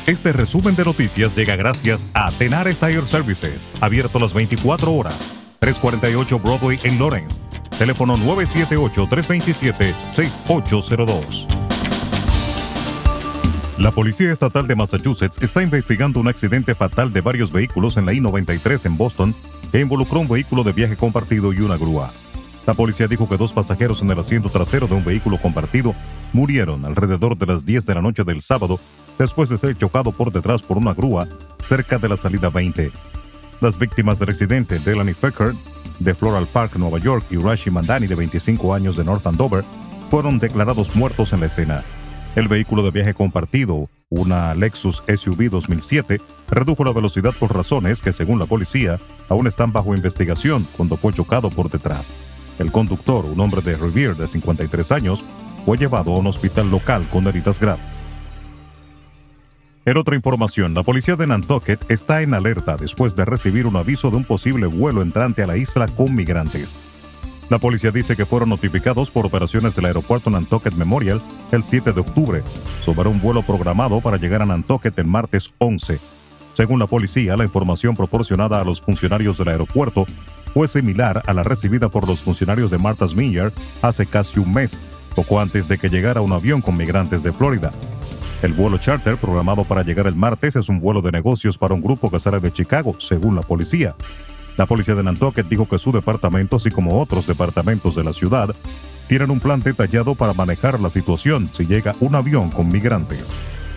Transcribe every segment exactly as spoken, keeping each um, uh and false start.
Este resumen de noticias llega gracias a Tenares Tire Services, abierto las veinticuatro horas. trescientos cuarenta y ocho Broadway en Lawrence. Teléfono nueve siete ocho, tres dos siete, seis ocho cero dos. La Policía Estatal de Massachusetts está investigando un accidente fatal de varios vehículos en la I noventa y tres en Boston que involucró un vehículo de viaje compartido y una grúa. La policía dijo que dos pasajeros en el asiento trasero de un vehículo compartido murieron alrededor de las diez de la noche del sábado después de ser chocado por detrás por una grúa cerca de la salida veinte. Las víctimas del accidente, Delaney Feckert, de Floral Park, Nueva York, y Rashi Mandani, de veinticinco años, de North Andover, fueron declarados muertos en la escena. El vehículo de viaje compartido, una Lexus S U V dos mil siete, redujo la velocidad por razones que, según la policía, aún están bajo investigación cuando fue chocado por detrás. El conductor, un hombre de Revere de cincuenta y tres años, fue llevado a un hospital local con heridas graves. En otra información, la policía de Nantucket está en alerta después de recibir un aviso de un posible vuelo entrante a la isla con migrantes. La policía dice que fueron notificados por operaciones del aeropuerto Nantucket Memorial el siete de octubre sobre un vuelo programado para llegar a Nantucket el martes once. Según la policía, la información proporcionada a los funcionarios del aeropuerto fue similar a la recibida por los funcionarios de Martha's Vineyard hace casi un mes, poco antes de que llegara un avión con migrantes de Florida. El vuelo charter programado para llegar el martes es un vuelo de negocios para un grupo que sale de Chicago, según la policía. La policía de Nantucket dijo que su departamento, así como otros departamentos de la ciudad, tienen un plan detallado para manejar la situación si llega un avión con migrantes.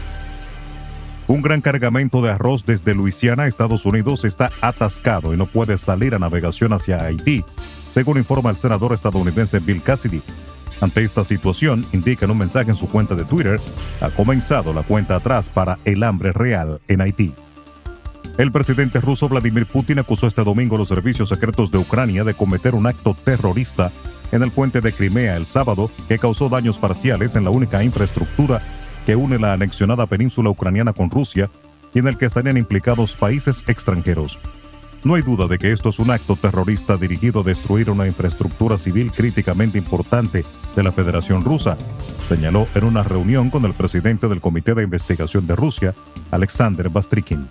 Un gran cargamento de arroz desde Luisiana, Estados Unidos, está atascado y no puede salir a navegación hacia Haití, según informa el senador estadounidense Bill Cassidy. Ante esta situación, indica en un mensaje en su cuenta de Twitter, ha comenzado la cuenta atrás para el hambre real en Haití. El presidente ruso Vladimir Putin acusó este domingo a los servicios secretos de Ucrania de cometer un acto terrorista en el puente de Crimea el sábado que causó daños parciales en la única infraestructura que une la anexionada península ucraniana con Rusia y en el que estarían implicados países extranjeros. No hay duda de que esto es un acto terrorista dirigido a destruir una infraestructura civil críticamente importante de la Federación Rusa, señaló en una reunión con el presidente del Comité de Investigación de Rusia, Alexander Bastrikin.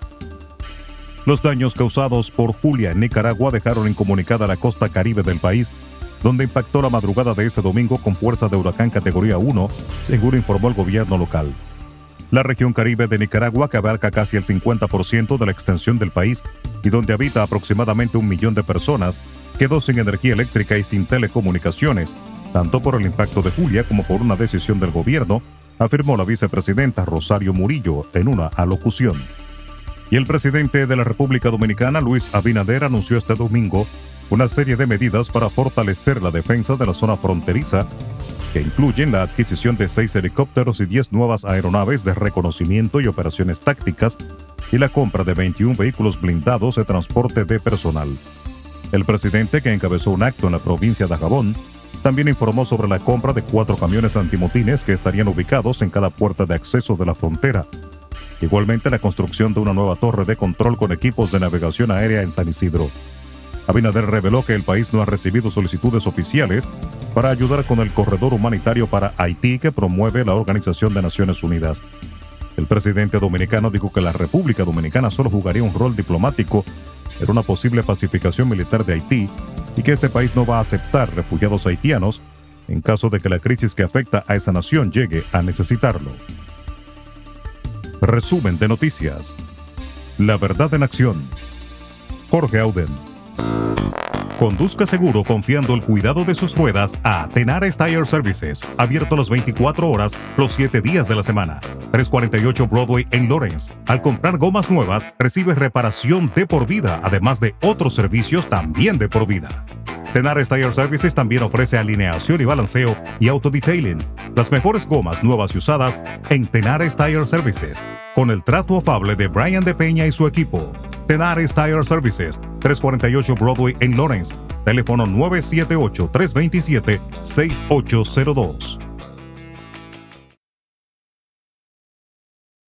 Los daños causados por Julia en Nicaragua dejaron incomunicada la costa caribe del país, donde impactó la madrugada de este domingo con fuerza de huracán categoría uno, según informó el gobierno local. La región caribe de Nicaragua, que abarca casi el cincuenta por ciento de la extensión del país y donde habita aproximadamente un millón de personas, quedó sin energía eléctrica y sin telecomunicaciones, tanto por el impacto de Julia como por una decisión del gobierno, afirmó la vicepresidenta Rosario Murillo en una alocución. Y el presidente de la República Dominicana, Luis Abinader, anunció este domingo una serie de medidas para fortalecer la defensa de la zona fronteriza, que incluyen la adquisición de seis helicópteros y diez nuevas aeronaves de reconocimiento y operaciones tácticas, y la compra de veintiún vehículos blindados de transporte de personal. El presidente, que encabezó un acto en la provincia de Dajabón, también informó sobre la compra de cuatro camiones antimotines que estarían ubicados en cada puerta de acceso de la frontera. Igualmente, la construcción de una nueva torre de control con equipos de navegación aérea en San Isidro. Abinader reveló que el país no ha recibido solicitudes oficiales para ayudar con el corredor humanitario para Haití que promueve la Organización de Naciones Unidas. El presidente dominicano dijo que la República Dominicana solo jugaría un rol diplomático en una posible pacificación militar de Haití y que este país no va a aceptar refugiados haitianos en caso de que la crisis que afecta a esa nación llegue a necesitarlo. Resumen de noticias. La verdad en acción. Jorge Auden. Conduzca seguro confiando el cuidado de sus ruedas a Tenares Tire Services, abierto las veinticuatro horas, los siete días de la semana. trescientos cuarenta y ocho Broadway en Lawrence. Al comprar gomas nuevas, recibe reparación de por vida, además de otros servicios también de por vida. Tenares Tire Services también ofrece alineación y balanceo y autodetailing. Las mejores gomas nuevas y usadas en Tenares Tire Services, con el trato afable de Brian de Peña y su equipo. Tenares Tire Services, trescientos cuarenta y ocho Broadway en Lawrence. Teléfono nueve siete ocho, tres dos siete, seis ocho cero dos.